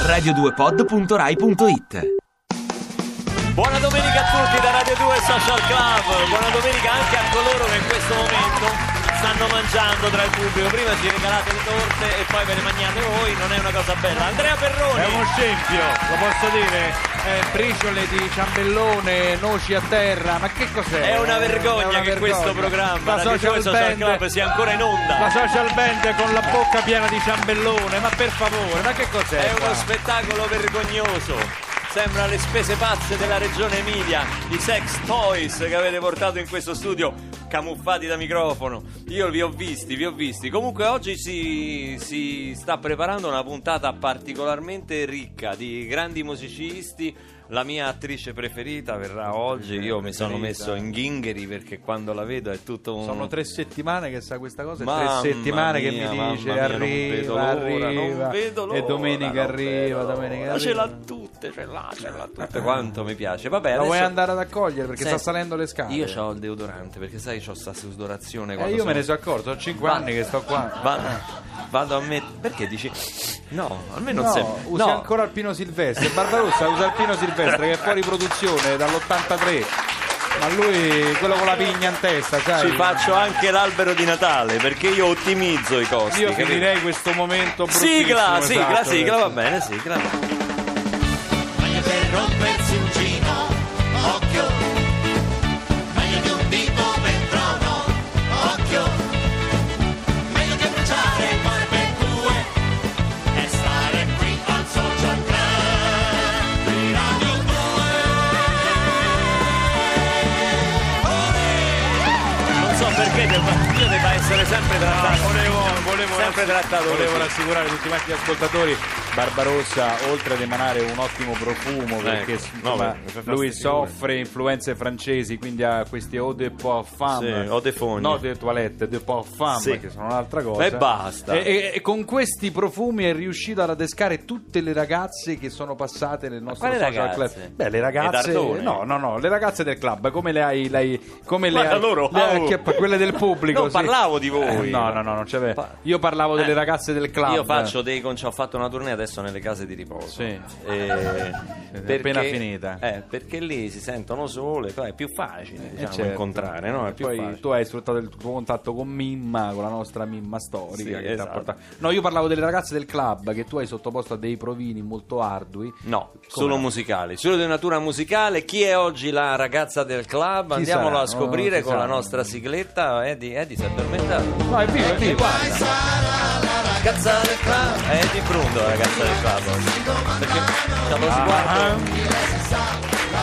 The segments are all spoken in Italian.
radio2pod.rai.it. Buona domenica a tutti da Radio 2 Social Club, buona domenica anche a coloro che in questo momento stanno mangiando tra il pubblico. Prima ci regalate le torte e poi ve le mangiate voi, non è una cosa bella. Andrea Perroni. È uno scempio, lo posso dire, briciole di ciambellone, noci a terra, ma che cos'è? È una vergogna che questo programma, Radio 2 Social Club, sia ancora in onda. La social band con la bocca piena di ciambellone, ma per favore, ma che cos'è? È uno spettacolo vergognoso. Sembra le spese pazze della regione Emilia, i sex toys che avete portato in questo studio camuffati da microfono. Io vi ho visti. Comunque oggi si sta preparando una puntata particolarmente ricca di grandi musicisti. La mia attrice preferita verrà oggi. Io mi sono messo in ghingheri perché quando la vedo è tutto un... Sono 3 settimane che sa questa cosa, Mamma 3 settimane mia, che mi dice mamma mia, arriva, non vedo l'ora, e domenica arriva, Ma ce l'ha tutte, ce l'ha tutte, quanto mi piace. Vabbè, la vuoi andare ad accogliere perché sta salendo le scale? Io c'ho il deodorante perché sai c'ho sta sudorazione io me ne sono accorto, ho 5 anni che sto qua. Vado a mettere. Perché dici? No, a me non no, sembra. Usi ancora il Pino Silvestre. Barbarossa usa il Pino Silvestre che è fuori produzione dall'83. Ma lui, quello con la pigna in testa, sai? Ci faccio anche l'albero di Natale perché io ottimizzo i costi. Io finirei questo momento bruttissimo. Sigla, va bene, sigla. Meglio che rompersi un gino, occhio. Meglio di un dito per trono, occhio. Meglio che bruciare barbecue e stare qui al Social Club di Radio 2. Non so perché io debba essere sempre trattato. Volevo rassicurare tutti quanti gli ascoltatori. Barbarossa, oltre ad emanare un ottimo profumo, perché lui soffre influenze francesi, quindi ha questi eau de parfum, eau de fogne, no de toilette, de parfum, che sono un'altra cosa. E basta. E con questi profumi è riuscito ad adescare tutte le ragazze che sono passate nel nostro social club. Beh, le ragazze, no, le ragazze del club, come le hai quelle del pubblico. Non parlavo di voi. No, non c'è. Io parlavo delle ragazze del club. Io faccio ho fatto una tournée adesso nelle case di riposo. Sì. Perché, appena finita. Perché lì si sentono sole, poi è più facile incontrare, no? È più poi facile. Tu hai sfruttato il tuo contatto con Mimma, con la nostra Mimma storica, che esatto. ti ha portato. No, io parlavo delle ragazze del club che tu hai sottoposto a dei provini molto ardui. No, solo musicali, solo di natura musicale. Chi è oggi la ragazza del club? Andiamolo a scoprire con la nostra sigletta. Eddie si è addormentato. No, è vivo, guarda. Ragazza del club, è Eddie Brundo, la ragazza del club. Perché c'ha lo sguardo.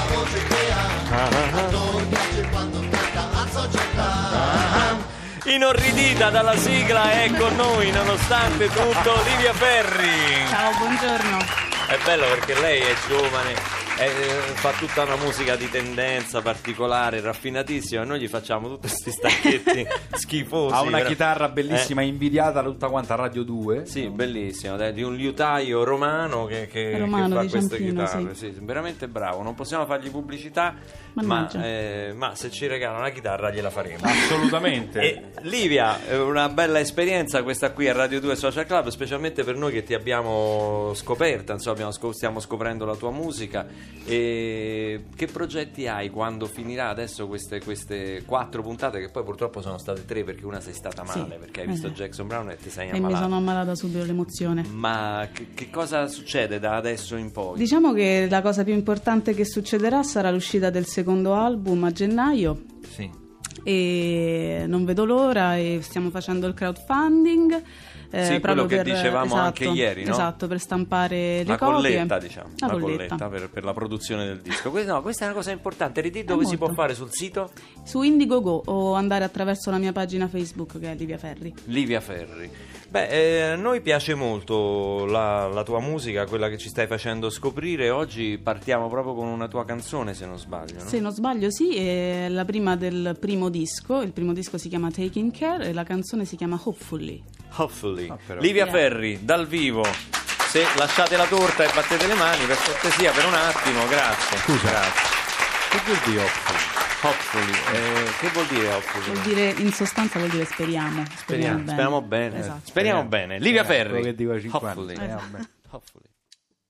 Inorridita dalla sigla è con noi, nonostante tutto, Livia Ferri. Ciao, buongiorno. È bello perché lei è giovane. Fa tutta una musica di tendenza particolare, raffinatissima, e noi gli facciamo tutti questi stacchetti schifosi. Ha una chitarra bellissima, invidiata da tutta quanta Radio 2. Sì, bellissima, di un liutaio romano che fa di queste Ciampino, chitarre. Sì, veramente bravo. Non possiamo fargli pubblicità, ma se ci regala una chitarra gliela faremo. Assolutamente. E Livia, una bella esperienza questa qui a Radio 2 Social Club, specialmente per noi che ti abbiamo scoperta, insomma, stiamo scoprendo la tua musica. E che progetti hai quando finirà adesso queste 4 puntate, che poi purtroppo sono state 3 perché una sei stata male, perché hai visto Jackson Brown e ti sei ammalata. E mi sono ammalata subito l'emozione. Ma che cosa succede da adesso in poi? Diciamo che la cosa più importante che succederà sarà l'uscita del secondo album a gennaio. Sì. E non vedo l'ora, e stiamo facendo il crowdfunding. Sì, quello che dicevamo anche ieri, no? Esatto, per stampare le la copie. Colletta, diciamo. La colletta per la produzione del disco. Questa è una cosa importante. Ridi dove si può fare? Sul sito? Su Indiegogo, o andare attraverso la mia pagina Facebook, che è Livia Ferri. Livia Ferri. Beh, a noi piace molto la tua musica, quella che ci stai facendo scoprire. Oggi partiamo proprio con una tua canzone, se non sbaglio, no? Se non sbaglio, sì, è la prima del primo disco. Il primo disco si chiama Taking Care e la canzone si chiama Hopefully. Livia Ferri, dal vivo. Se lasciate la torta e battete le mani, per cortesia, per un attimo, grazie. Scusa. Grazie. Che vuol dire Hopefully? Che vuol dire hopefully? Vuol dire, in sostanza vuol dire speriamo. Speriamo bene. Esatto. Speriamo bene. Livia Ferri. Quello che dico a 5 Hopefully. anni. Hopefully.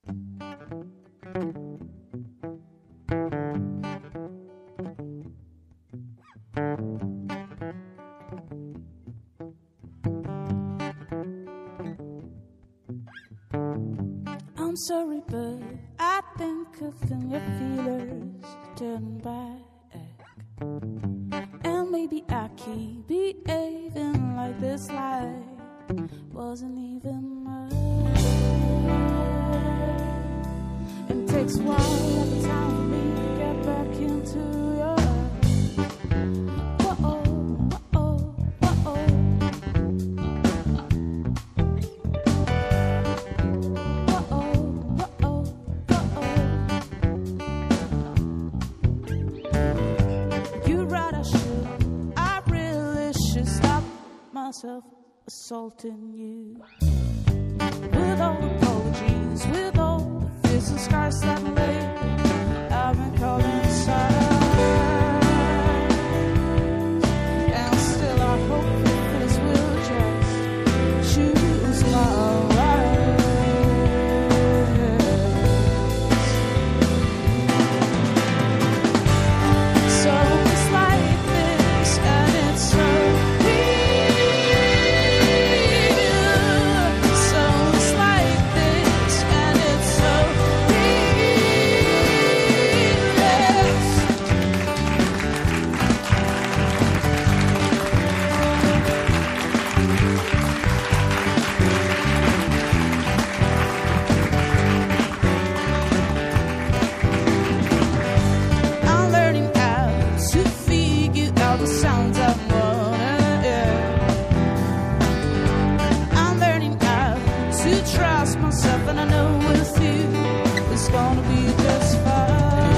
I'm sorry, but I think I can your feelers turning back. And maybe I keep behaving like this life wasn't even mine. It takes a while every time for me to get back into your myself assaulting you with all apologies, with all the fears and scars that I lay. I've been caught inside, and still I hope that this will just choose my life. So it's like this, and it's so myself, and I know with you it's gonna be just fine.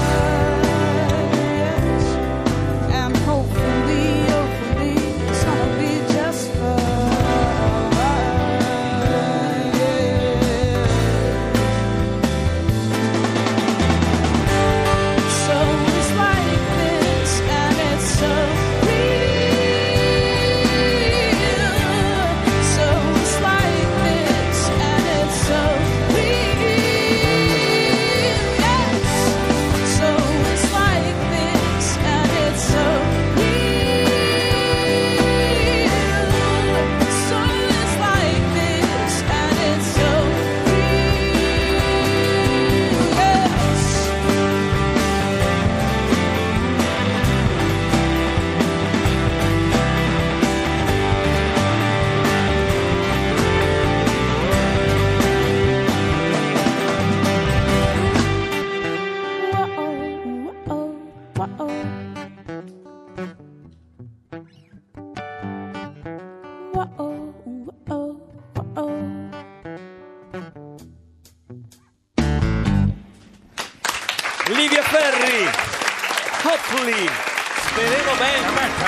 Yes. And hopefully it's gonna be just fine. Yeah. So it's like this, and it's so Livia Ferri, Hopefully, speriamo bene.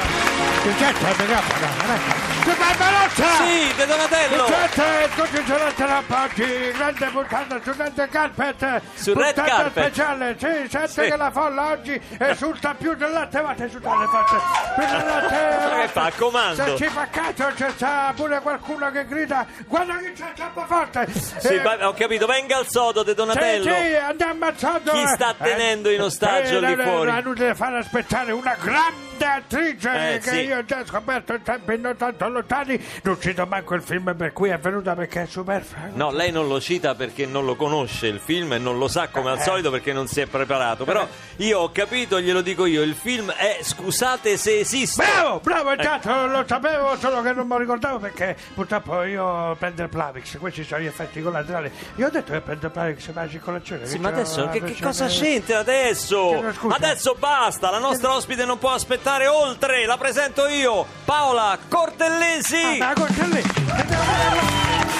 Sì, De Donatello. Tutti oggi grande puntata su Red Carpet. Su Red Carpet speciale, sì, sente che la folla oggi esulta più del latte, fate esultare le facce. Che fa, comando. Se ci fa caso c'è pure qualcuno che grida guarda che c'è troppo forte. Sì, ho capito, venga al sodo De Donatello. Sì, andiamo al sodo. Chi sta tenendo in ostaggio lì fuori? È inutile far aspettare una grande attrice che io ho già scoperto in tempi non tanto lontani. Non cito manco il film per cui è venuta perché è superfluo. No, lei non lo cita perché non lo conosce il film e non lo sa come al solito perché non si è preparato. Però io ho capito, glielo dico io, il film è Scusate se esiste. Bravo, intanto lo sapevo, solo che non mi ricordavo perché purtroppo io prendo il Plavix, questi sono gli effetti collaterali. Io ho detto che prendo il Plavix per la circolazione. Sì, ma adesso che cosa c'entra adesso? Adesso basta, la nostra ospite non può aspettare oltre, la presento io, Paola Cortellesi. Ma Cortellesi? Che devo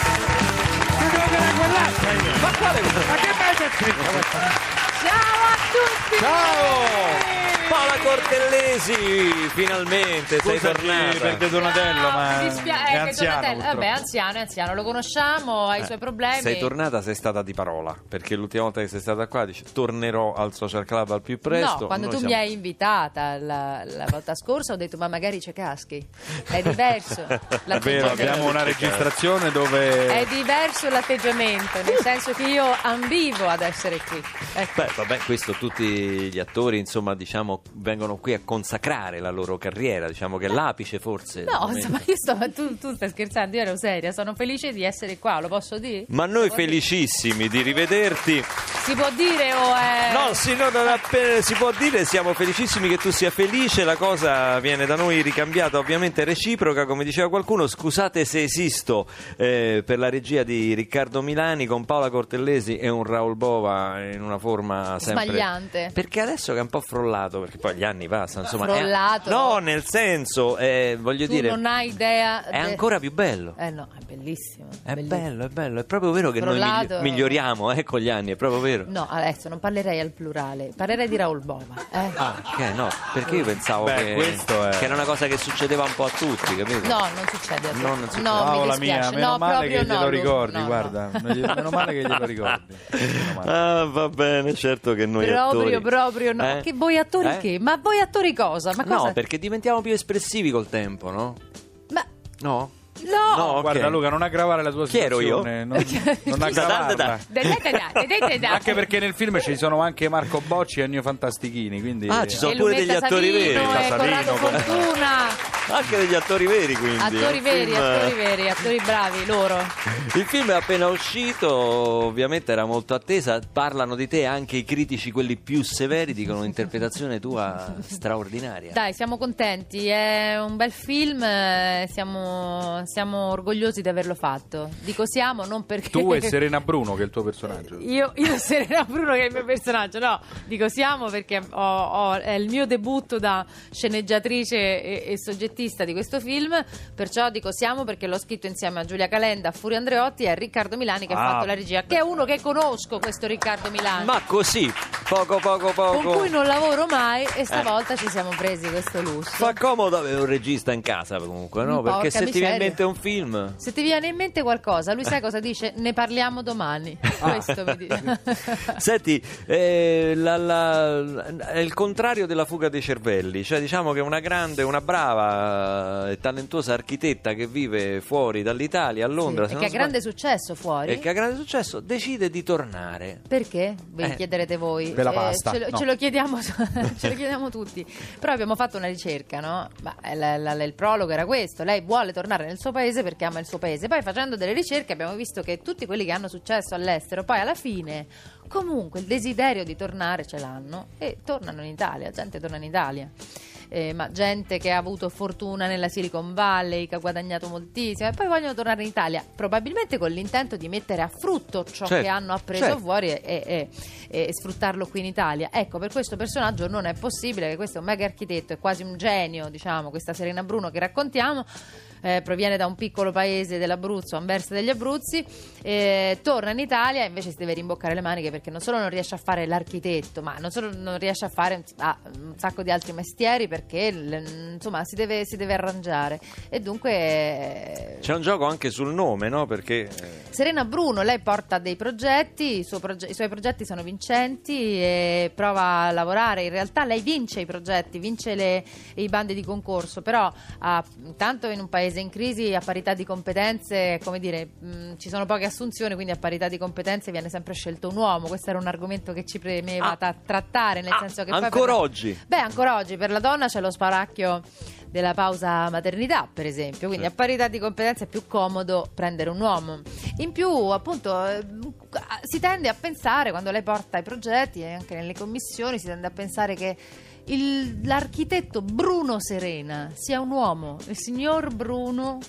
vedere quell'altra io? Ma quale? Ma che mai c'è scritto questa? Ciao a tutti! Ciao! Paola Cortellesi, finalmente sei tornata. Per Donatello, ma Mi è anziano, Donatello, vabbè, purtroppo. anziano, lo conosciamo, ha i suoi problemi. Sei tornata, sei stata di parola, perché l'ultima volta che sei stata qua dice tornerò al Social Club al più presto. No, quando Noi tu mi hai invitata la volta scorsa ho detto ma magari c'è Caschi. È diverso. È vero, abbiamo una registrazione dove È diverso l'atteggiamento, nel senso che io ambivo ad essere qui. Ecco. Beh, vabbè, questo tutti gli attori, insomma, diciamo, vengono qui a consacrare la loro carriera, diciamo che è l'apice forse. No, insomma, tu stai scherzando, io ero seria, sono felice di essere qua, lo posso dire? Ma noi felicissimi di rivederti. Si può dire o è... No, sì, no, non appena si può dire, siamo felicissimi che tu sia felice, la cosa viene da noi ricambiata, ovviamente reciproca, come diceva qualcuno. Scusate se esisto, per la regia di Riccardo Milani, con Paola Cortellesi e un Raul Bova in una forma sempre... Smagliante. Perché adesso che è un po' frollato, perché poi gli anni passano, insomma... Frollato? No, nel senso, voglio Tu dire... non hai idea... È ancora più bello. No, è bellissimo. È bellissimo. bello, è proprio vero che Frollato. noi miglioriamo con gli anni, è proprio vero. No, adesso non parlerei al plurale, parlerei di Raul Bova. Ah, ok, no, perché io pensavo questo è... che era una cosa che succedeva un po' a tutti, capito? No, non succede a te. Non succede. No, mi Paola dispiace. mia, meno No, male proprio che glielo no, ricordi, no, guarda, no. meno male che glielo ricordi. Meno male. Ah, va bene, certo che noi attori... Proprio no. Che voi attori che? Ma voi attori cosa? Ma cosa? No, perché diventiamo più espressivi col tempo, no? Ma No? no! No, ok. Guarda Luca, non aggravare la tua Chi ero io? situazione, non aggravarla. Anche perché nel film ci sono anche Marco Bocci e Ennio Fantastichini, quindi Ah, ci sono E pure Lunetta degli attori Savino, veri. e Corrado Fortuna. Anche degli attori veri, quindi. Attori veri, attori bravi, loro. Il film è appena uscito, ovviamente era molto attesa. Parlano di te anche i critici, quelli più severi, dicono un'interpretazione tua straordinaria. Dai, siamo contenti, è un bel film, siamo orgogliosi di averlo fatto. Dico siamo, non perché... tu e Serena Bruno, che è il tuo personaggio. Io Serena Bruno, che è il mio personaggio, no, dico siamo perché è il mio debutto da sceneggiatrice e soggettista di questo film, perciò dico siamo perché l'ho scritto insieme a Giulia Calenda, a Furio Andreotti e a Riccardo Milani che ha fatto la regia, che è uno che conosco, questo Riccardo Milani. Ma così, poco. Con cui non lavoro mai e stavolta ci siamo presi questo lusso. Fa comodo avere un regista in casa comunque, no? Perché se ti viene in mente un film... Se ti viene in mente qualcosa, lui sai cosa dice? Ne parliamo domani. Questo mi dice. Senti, è il contrario della fuga dei cervelli, cioè diciamo che una grande, una brava e talentuosa architetta che vive fuori dall'Italia, a Londra, Sì, e che ha grande successo fuori. e che ha grande successo, decide di tornare. Perché? Ve lo chiederete voi. Per la pasta, no. Ce lo chiediamo tutti. Però abbiamo fatto una ricerca, no? Ma il prologo era questo: lei vuole tornare nel suo paese perché ama il suo paese. Poi facendo delle ricerche abbiamo visto che tutti quelli che hanno successo all'estero poi alla fine comunque il desiderio di tornare ce l'hanno e tornano in Italia, gente torna in Italia. Ma gente che ha avuto fortuna nella Silicon Valley, che ha guadagnato moltissimo e poi vogliono tornare in Italia, probabilmente con l'intento di mettere a frutto ciò che hanno appreso fuori e sfruttarlo qui in Italia. Ecco, per questo personaggio non è possibile, che questo è un mega architetto, è quasi un genio, diciamo, questa Serena Bruno che raccontiamo. Proviene da un piccolo paese dell'Abruzzo, Anversa degli Abruzzi, torna in Italia e invece si deve rimboccare le maniche perché non solo non riesce a fare l'architetto, ma non solo non riesce a fare un sacco di altri mestieri perché insomma si deve arrangiare e dunque c'è un gioco anche sul nome, no? Perché Serena Bruno, lei porta dei progetti, i suoi progetti sono vincenti e prova a lavorare. In realtà lei vince i progetti, vince i bandi di concorso, però tanto in un paese in crisi a parità di competenze, come dire, ci sono poche assunzioni, quindi a parità di competenze viene sempre scelto un uomo. Questo era un argomento che ci premeva trattare, nel senso che ancora oggi? Beh, ancora oggi per la donna c'è lo spauracchio della pausa maternità, per esempio, quindi a parità di competenze è più comodo prendere un uomo. In più, appunto, si tende a pensare, quando lei porta i progetti e anche nelle commissioni, si tende a pensare che l'architetto Bruno Serena sia un uomo, il signor Bruno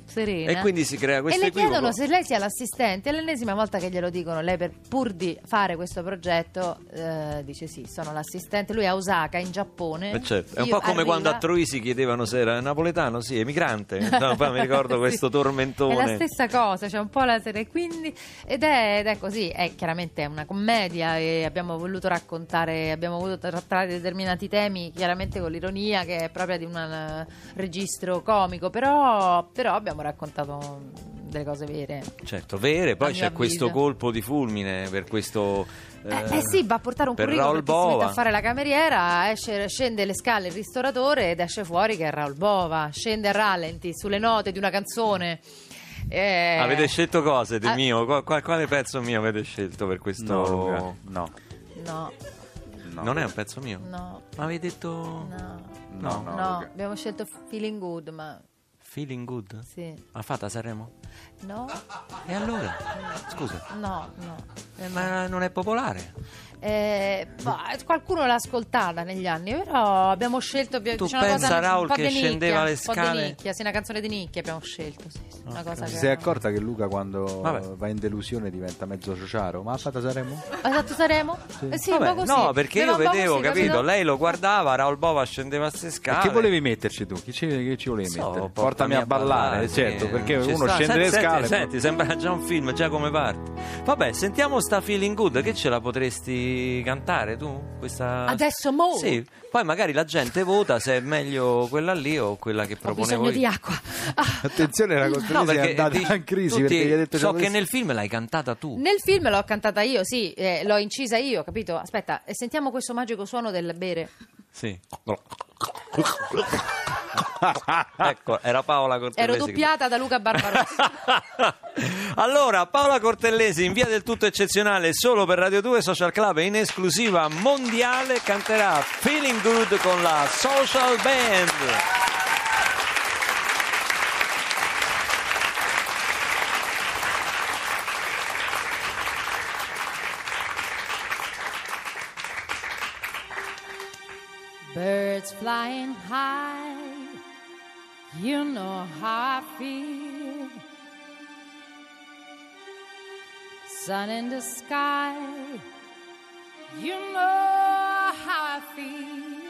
serena. E quindi si crea questo e le equivoco. chiedono se lei sia l'assistente. È l'ennesima volta che glielo dicono. Lei, pur di fare questo progetto, dice sì, sono l'assistente. Lui è a Osaka, in Giappone. Certo. È un po' come quando a Troisi chiedevano se era napoletano, sì, emigrante. No, poi mi ricordo questo tormentone. È la stessa cosa, c'è un po' la serie, quindi ed è così, è chiaramente una commedia e abbiamo voluto trattare determinati temi chiaramente con l'ironia che è propria di un registro comico, però abbiamo raccontato delle cose vere. Certo, vere, poi c'è avviso. questo colpo di fulmine per questo sì, va a portare un per curriculum Raoul perché si mette Bova. a fare la cameriera, scende le scale il ristoratore ed esce fuori che è Raoul Bova, scende a rallenti sulle note di una canzone. Avete scelto cose di mio? Quale pezzo mio avete scelto per questo? No, Luca, no. No, Non è un pezzo mio? no, Ma avevi detto No, no, Luca. abbiamo scelto Feeling Good, ma Feeling Good? sì, Ha fatto a Sanremo? no, E allora? Scusa, no. ma non è popolare? Qualcuno l'ha ascoltata negli anni, però abbiamo scelto Tu c'è una pensa, cosa Raul, un po' che di nicchia, scendeva le un po' di scale? nicchia, sì, una canzone di nicchia abbiamo scelto, sì, una cosa Ti che sei accorta che Luca quando Vabbè. va in delusione diventa mezzo ciociaro? Ma ha fatto Sanremo? ha fatto Saremo? Sì, un Vabbè, po' così. no, perché io Un po' vedevo, così, capito? Lei lo guardava, Raoul Bova scendeva a ste E scale. che volevi metterci tu? Che ci volevi So, mettere? Portami a ballare, certo, sì. perché Ci uno sta. scende le scale. Senti, sembra già un film, già come parte. Vabbè, sentiamo sta Feeling Good, che ce la potresti cantare tu? Questa... Adesso mo? Sì, poi magari la gente vota se è meglio quella lì o quella che Ho proponevo bisogno di io. acqua. Attenzione, la Costellesi No, è perché andata dici- in crisi tutti- perché gli ha detto so "Ce la che nel film l'hai cantata tu. Nel film l'ho cantata io, sì, l'ho incisa io, capito? Aspetta, e sentiamo questo magico suono del bere. Sì. Ecco, era Paola Cortellesi. Ero doppiata da Luca Barbarossa. Allora, Paola Cortellesi in via del tutto eccezionale solo per Radio 2 Social Club e in esclusiva mondiale canterà Feeling Good con la Social Band. Birds flying high, you know how I feel. Sun in the sky, you know how I feel.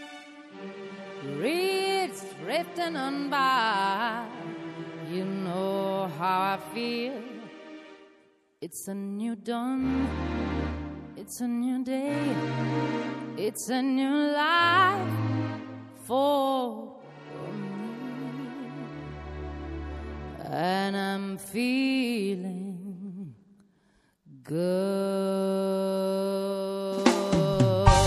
Reeds drifting on by, you know how I feel. It's a new dawn, it's a new day. It's a new life for me, and I'm feeling good.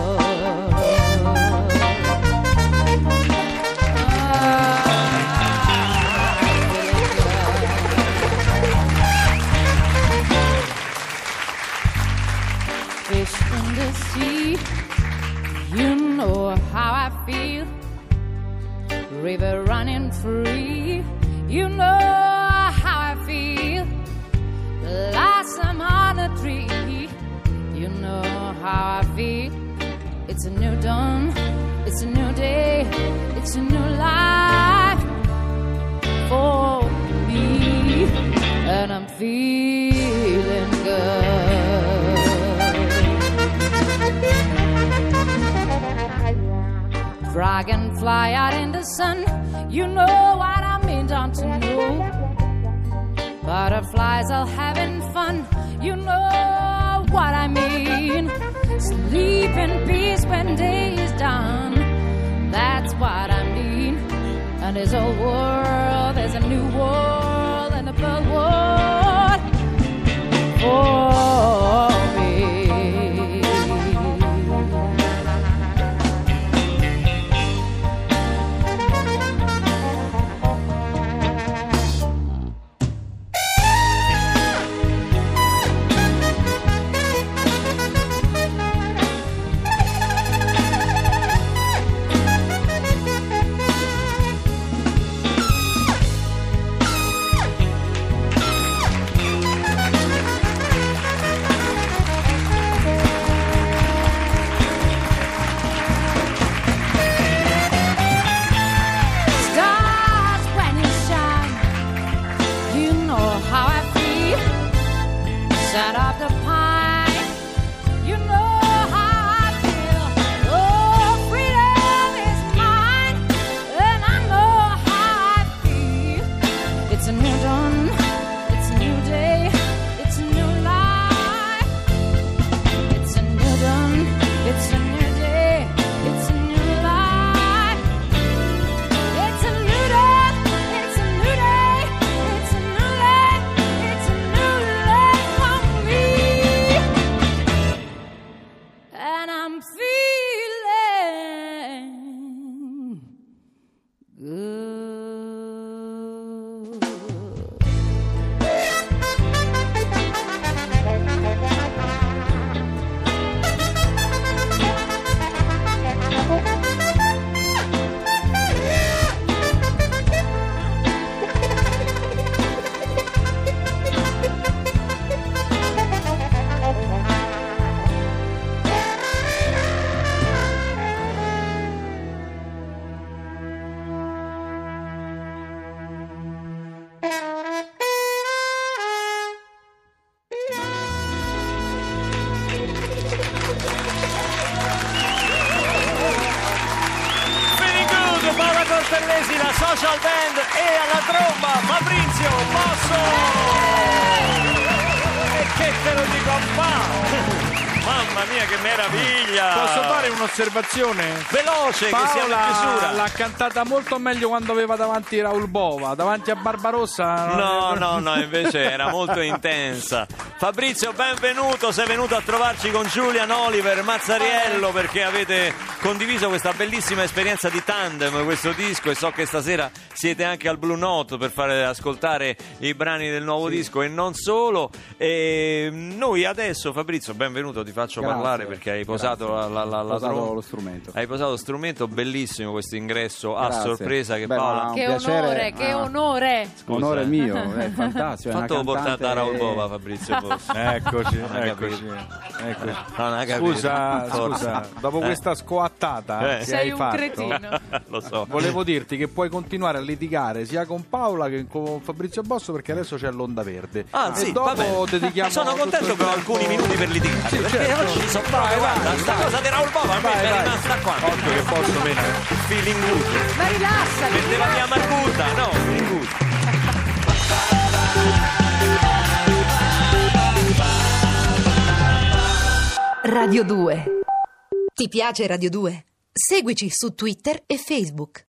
Fish in the sea, you know how I feel. River running free, you know how I feel. Blossom on a tree, you know how I feel. It's a new dawn, it's a new day, it's a new life for me, and I'm feeling good. Dragonfly out in the sun, you know what I mean, don't you know? Butterflies all having fun, you know what I mean. Sleep in peace when day is done, that's what I mean. And there's a world, there's a new world, and a bird world for me. mia, che meraviglia! Posso fare un'osservazione? Veloce, che siamo in chiusura. Paola l'ha cantata molto meglio quando aveva davanti Raul Bova, davanti a Barbarossa. No, invece era molto intensa. Fabrizio, benvenuto, sei venuto a trovarci con Julian Oliver, Mazzariello, perché avete condiviso questa bellissima esperienza di tandem, questo disco, e so che stasera siete anche al Blue Note per fare ascoltare i brani del nuovo disco e non solo. E noi adesso, Fabrizio, benvenuto, ti faccio parlare perché hai posato lo strumento. Hai posato lo strumento, bellissimo questo ingresso a sorpresa che Paola. Che onore, che onore. Onore mio, è fantastico. Quanto portata a Raul Bova, Fabrizio? Eccoci. Scusa, dopo questa scoattata che sei hai un fatto, cretino. Lo so. volevo dirti che puoi continuare a litigare sia con Paola che con Fabrizio Bosso, perché adesso c'è l'onda verde. Sì, e dopo vabbè. dedichiamo. Sono contento che ho alcuni minuti per litigare, Sì, perché certo. oggi sono bravo. Guarda, sta cosa di Raul Bova invece è rimasta qua. Occhio che posso bene. Feeling good. Ma rilassati. Metteva via Margutta, no, feeling good. Radio 2. Ti piace Radio 2? Seguici su Twitter e Facebook.